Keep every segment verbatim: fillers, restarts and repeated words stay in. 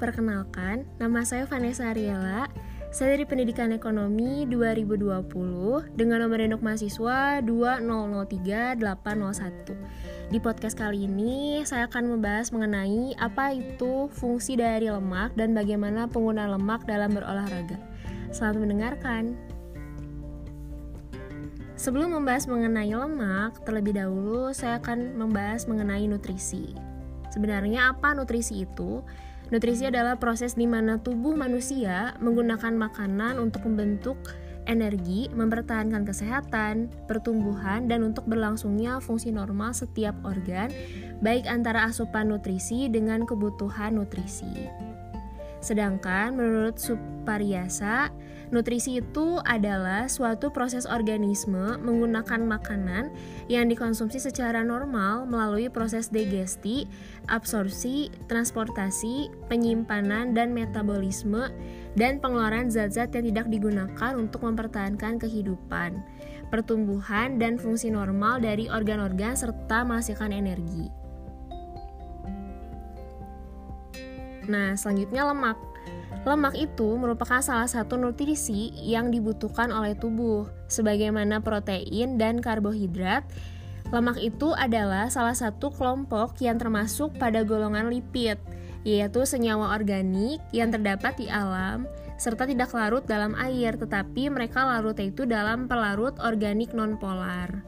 Perkenalkan, nama saya Vanessa Ariela. Saya dari Pendidikan Ekonomi dua ribu dua puluh dengan nomor induk mahasiswa dua nol nol tiga delapan nol satu. Di podcast kali ini, saya akan membahas mengenai apa itu fungsi dari lemak dan bagaimana penggunaan lemak dalam berolahraga. Selamat mendengarkan. Sebelum membahas mengenai lemak, terlebih dahulu saya akan membahas mengenai nutrisi. Sebenarnya apa nutrisi itu? Nutrisi adalah proses di mana tubuh manusia menggunakan makanan untuk membentuk energi, mempertahankan kesehatan, pertumbuhan, dan untuk berlangsungnya fungsi normal setiap organ, baik antara asupan nutrisi dengan kebutuhan nutrisi. Sedangkan menurut Suparyasa, nutrisi itu adalah suatu proses organisme menggunakan makanan yang dikonsumsi secara normal melalui proses digesti, absorpsi, transportasi, penyimpanan, dan metabolisme, dan pengeluaran zat-zat yang tidak digunakan untuk mempertahankan kehidupan, pertumbuhan, dan fungsi normal dari organ-organ serta menghasilkan energi. Nah, selanjutnya lemak. Lemak itu merupakan salah satu nutrisi yang dibutuhkan oleh tubuh. Sebagaimana protein dan karbohidrat, lemak itu adalah salah satu kelompok yang termasuk pada golongan lipid, yaitu senyawa organik yang terdapat di alam, serta tidak larut dalam air, tetapi mereka larutnya itu dalam pelarut organik nonpolar.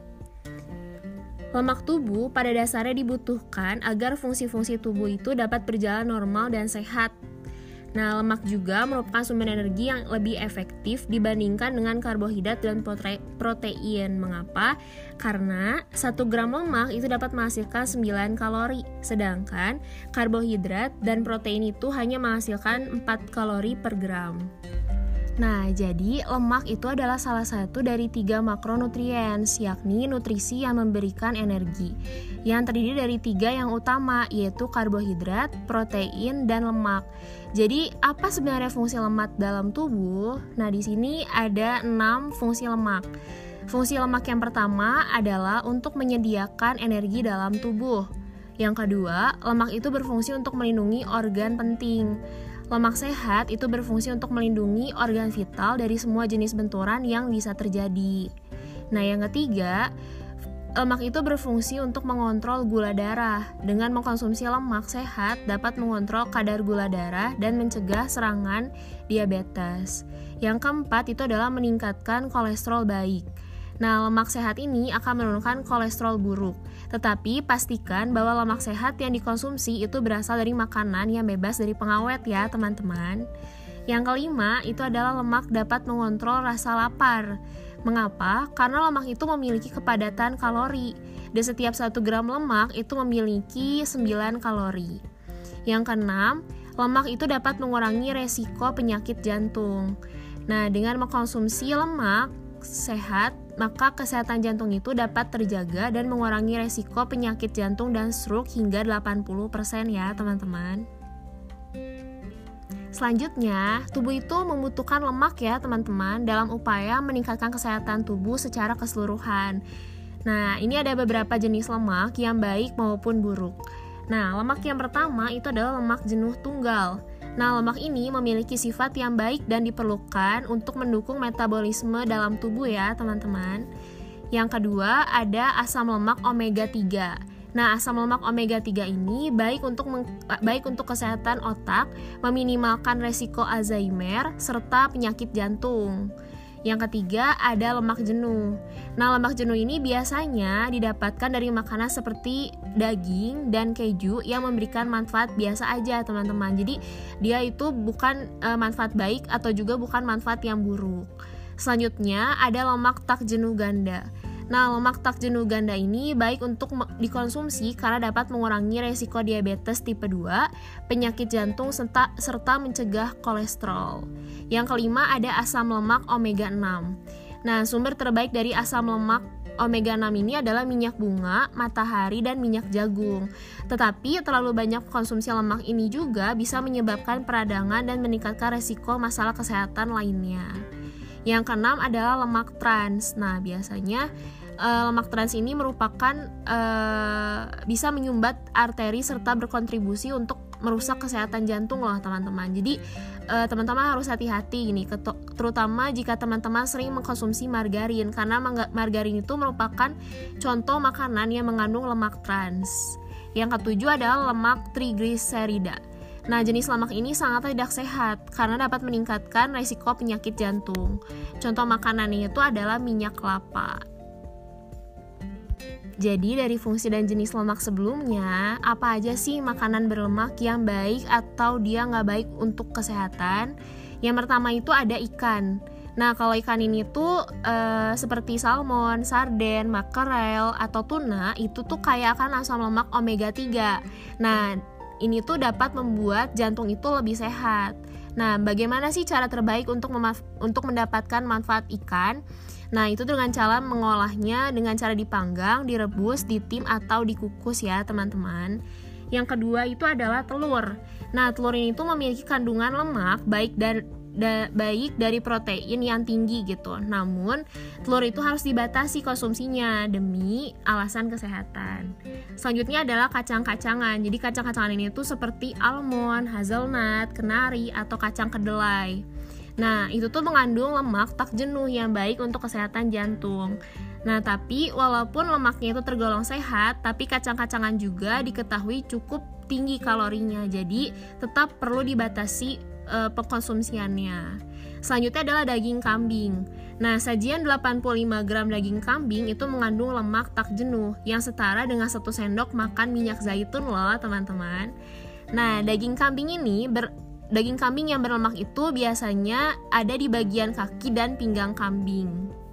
Lemak tubuh pada dasarnya dibutuhkan agar fungsi-fungsi tubuh itu dapat berjalan normal dan sehat. Nah, lemak juga merupakan sumber energi yang lebih efektif dibandingkan dengan karbohidrat dan protein. Mengapa? Karena satu gram lemak itu dapat menghasilkan sembilan kalori, sedangkan karbohidrat dan protein itu hanya menghasilkan empat kalori per gram. Nah, jadi lemak itu adalah salah satu dari tiga makronutriens, yakni nutrisi yang memberikan energi, yang terdiri dari tiga yang utama, yaitu karbohidrat, protein, dan lemak. Jadi, apa sebenarnya fungsi lemak dalam tubuh? Nah, di sini ada enam fungsi lemak. Fungsi lemak yang pertama adalah untuk menyediakan energi dalam tubuh. Yang kedua, lemak itu berfungsi untuk melindungi organ penting. Lemak sehat itu berfungsi untuk melindungi organ vital dari semua jenis benturan yang bisa terjadi. Nah, yang ketiga, lemak itu berfungsi untuk mengontrol gula darah. Dengan mengkonsumsi lemak sehat dapat mengontrol kadar gula darah dan mencegah serangan diabetes. Yang keempat itu adalah meningkatkan kolesterol baik. Nah, lemak sehat ini akan menurunkan kolesterol buruk. Tetapi pastikan bahwa lemak sehat yang dikonsumsi itu berasal dari makanan yang bebas dari pengawet ya, teman-teman. Yang kelima itu adalah lemak dapat mengontrol rasa lapar. Mengapa? Karena lemak itu memiliki kepadatan kalori. Dan setiap satu gram lemak itu memiliki sembilan kalori. Yang keenam, lemak itu dapat mengurangi resiko penyakit jantung. Nah, dengan mengkonsumsi lemak sehat, maka kesehatan jantung itu dapat terjaga dan mengurangi resiko penyakit jantung dan stroke hingga delapan puluh persen ya, teman-teman. Selanjutnya, tubuh itu membutuhkan lemak ya, teman-teman, dalam upaya meningkatkan kesehatan tubuh secara keseluruhan. Nah, ini ada beberapa jenis lemak yang baik maupun buruk. Nah, lemak yang pertama itu adalah lemak jenuh tunggal. Nah, lemak ini memiliki sifat yang baik dan diperlukan untuk mendukung metabolisme dalam tubuh ya, teman-teman. Yang kedua, ada asam lemak omega tiga. Nah, asam lemak omega tiga ini baik untuk meng- baik untuk kesehatan otak, meminimalkan resiko Alzheimer serta penyakit jantung. Yang ketiga, ada lemak jenuh. Nah, lemak jenuh ini biasanya didapatkan dari makanan seperti daging dan keju yang memberikan manfaat biasa aja, teman-teman. Jadi, dia itu bukan e, manfaat baik atau juga bukan manfaat yang buruk. Selanjutnya, ada lemak tak jenuh ganda. Nah, lemak tak jenuh ganda ini baik untuk dikonsumsi karena dapat mengurangi resiko diabetes tipe dua, penyakit jantung, serta, serta mencegah kolesterol. Yang kelima ada asam lemak omega enam. Nah, sumber terbaik dari asam lemak omega enam ini adalah minyak bunga, matahari, dan minyak jagung. Tetapi terlalu banyak konsumsi lemak ini juga bisa menyebabkan peradangan dan meningkatkan resiko masalah kesehatan lainnya. Yang keenam adalah lemak trans. Nah, biasanya uh, lemak trans ini merupakan uh, bisa menyumbat arteri serta berkontribusi untuk merusak kesehatan jantung loh teman-teman. Jadi uh, teman-teman harus hati-hati gini, keto- terutama jika teman-teman sering mengkonsumsi margarin, karena margarin itu merupakan contoh makanan yang mengandung lemak trans. Yang ketujuh adalah lemak trigliserida. Nah, jenis lemak ini sangat tidak sehat karena dapat meningkatkan risiko penyakit jantung. Contoh makanannya itu adalah minyak kelapa. Jadi dari fungsi dan jenis lemak sebelumnya, apa aja sih makanan berlemak yang baik atau dia nggak baik untuk kesehatan? Yang pertama itu ada ikan. Nah, kalau ikan ini tuh e, seperti salmon, sarden, makarel, atau tuna, itu tuh kaya akan asam lemak omega tiga. Nah, ini tuh dapat membuat jantung itu lebih sehat. Nah, bagaimana sih cara terbaik untuk memaf- untuk mendapatkan manfaat ikan? Nah, itu dengan cara mengolahnya dengan cara dipanggang, direbus, ditim, atau dikukus ya teman-teman. Yang kedua itu adalah telur. Nah, telur ini tuh memiliki kandungan lemak baik dari Da, baik dari protein yang tinggi gitu. Namun, telur itu harus dibatasi konsumsinya demi alasan kesehatan. Selanjutnya adalah kacang-kacangan. Jadi kacang-kacangan ini tuh seperti almond, hazelnut, kenari, atau kacang kedelai. Nah, itu tuh mengandung lemak tak jenuh yang baik untuk kesehatan jantung. Nah, tapi walaupun lemaknya itu tergolong sehat, tapi kacang-kacangan juga diketahui cukup tinggi kalorinya. Jadi, tetap perlu dibatasi Uh, pengkonsumsiannya. Selanjutnya adalah daging kambing. Nah, sajian delapan puluh lima gram daging kambing itu mengandung lemak tak jenuh yang setara dengan satu sendok makan minyak zaitun loh, teman-teman. Nah, daging kambing ini ber, daging kambing yang berlemak itu biasanya ada di bagian kaki dan pinggang kambing.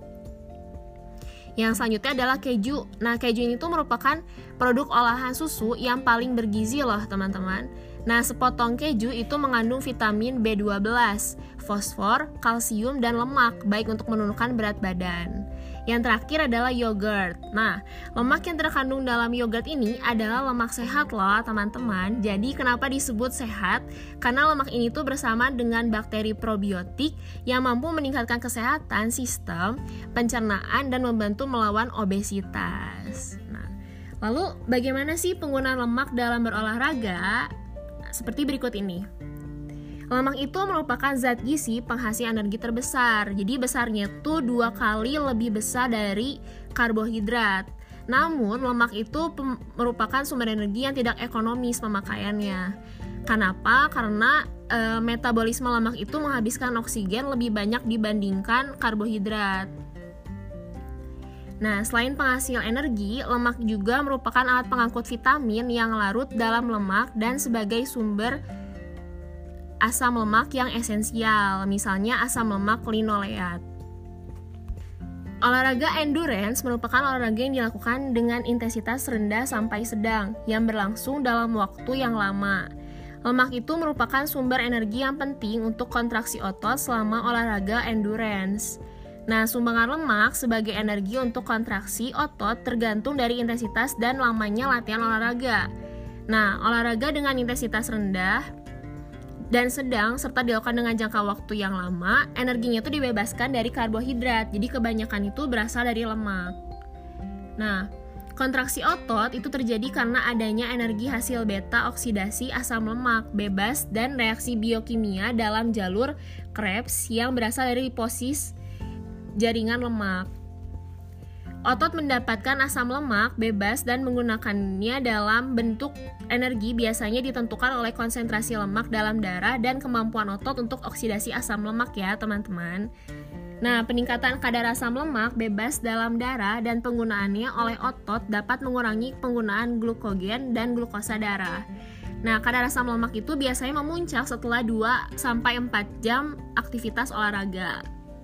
Yang selanjutnya adalah keju. Nah, keju ini tuh merupakan produk olahan susu yang paling bergizi loh, teman-teman. Nah, sepotong keju itu mengandung vitamin B dua belas, fosfor, kalsium, dan lemak, baik untuk menurunkan berat badan. Yang terakhir adalah yogurt. Nah, lemak yang terkandung dalam yogurt ini adalah lemak sehat loh, teman-teman. Jadi, kenapa disebut sehat? Karena lemak ini tuh bersama dengan bakteri probiotik yang mampu meningkatkan kesehatan sistem pencernaan dan membantu melawan obesitas. Nah, lalu bagaimana sih penggunaan lemak dalam berolahraga? Seperti berikut ini. Lemak itu merupakan zat gizi penghasil energi terbesar. Jadi besarnya tuh dua kali lebih besar dari karbohidrat. Namun lemak itu pem- merupakan sumber energi yang tidak ekonomis pemakaiannya. Kenapa? Karena e, metabolisme lemak itu menghabiskan oksigen lebih banyak dibandingkan karbohidrat. Nah, selain penghasil energi, lemak juga merupakan alat pengangkut vitamin yang larut dalam lemak dan sebagai sumber asam lemak yang esensial, misalnya asam lemak linoleat. Olahraga endurance merupakan olahraga yang dilakukan dengan intensitas rendah sampai sedang, yang berlangsung dalam waktu yang lama. Lemak itu merupakan sumber energi yang penting untuk kontraksi otot selama olahraga endurance. Nah, sumbangan lemak sebagai energi untuk kontraksi otot tergantung dari intensitas dan lamanya latihan olahraga. Nah, olahraga dengan intensitas rendah dan sedang serta dilakukan dengan jangka waktu yang lama, energinya itu dibebaskan dari karbohidrat. Jadi kebanyakan itu berasal dari lemak. Nah, kontraksi otot itu terjadi karena adanya energi hasil beta oksidasi asam lemak bebas dan reaksi biokimia dalam jalur Krebs yang berasal dari liposis jaringan lemak. Otot mendapatkan asam lemak bebas dan menggunakannya dalam bentuk energi biasanya ditentukan oleh konsentrasi lemak dalam darah dan kemampuan otot untuk oksidasi asam lemak ya teman-teman. Nah, peningkatan kadar asam lemak bebas dalam darah dan penggunaannya oleh otot dapat mengurangi penggunaan glukogen dan glukosa darah. Nah, kadar asam lemak itu biasanya memuncak setelah dua sampai empat jam aktivitas olahraga.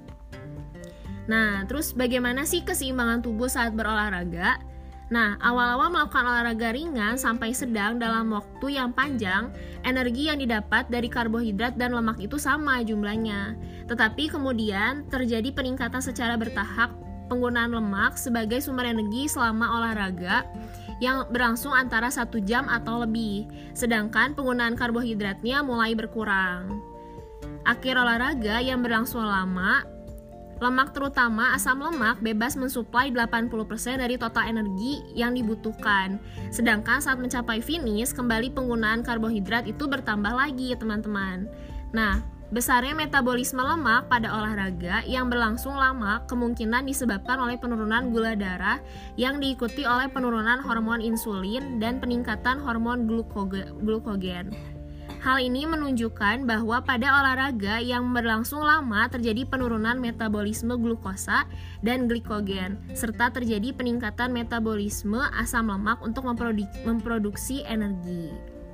Nah, terus bagaimana sih keseimbangan tubuh saat berolahraga? Nah, awal-awal melakukan olahraga ringan sampai sedang dalam waktu yang panjang, energi yang didapat dari karbohidrat dan lemak itu sama jumlahnya. Tetapi kemudian terjadi peningkatan secara bertahap penggunaan lemak sebagai sumber energi selama olahraga yang berlangsung antara satu jam atau lebih, sedangkan penggunaan karbohidratnya mulai berkurang. Akhir olahraga yang berlangsung lama Lemak, terutama asam lemak, bebas mensuplai delapan puluh persen dari total energi yang dibutuhkan. Sedangkan saat mencapai finish, kembali penggunaan karbohidrat itu bertambah lagi, teman-teman. Nah, besarnya metabolisme lemak pada olahraga yang berlangsung lama kemungkinan disebabkan oleh penurunan gula darah yang diikuti oleh penurunan hormon insulin dan peningkatan hormon glukogen. Hal ini menunjukkan bahwa pada olahraga yang berlangsung lama terjadi penurunan metabolisme glukosa dan glikogen, serta terjadi peningkatan metabolisme asam lemak untuk memprodu- memproduksi energi.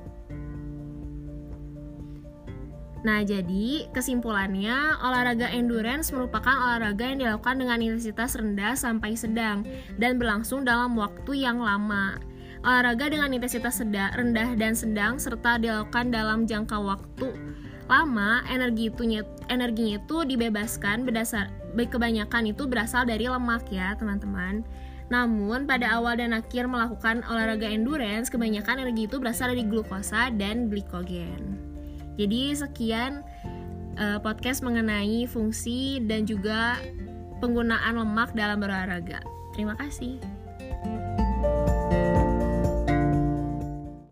Nah, jadi kesimpulannya, olahraga endurance merupakan olahraga yang dilakukan dengan intensitas rendah sampai sedang dan berlangsung dalam waktu yang lama. Olahraga dengan intensitas sedang, rendah dan sedang serta dilakukan dalam jangka waktu lama, energi itunya, energinya itu dibebaskan berdasar kebanyakan itu berasal dari lemak ya, teman-teman. Namun pada awal dan akhir melakukan olahraga endurance, kebanyakan energi itu berasal dari glukosa dan glikogen. Jadi sekian uh, podcast mengenai fungsi dan juga penggunaan lemak dalam berolahraga. Terima kasih.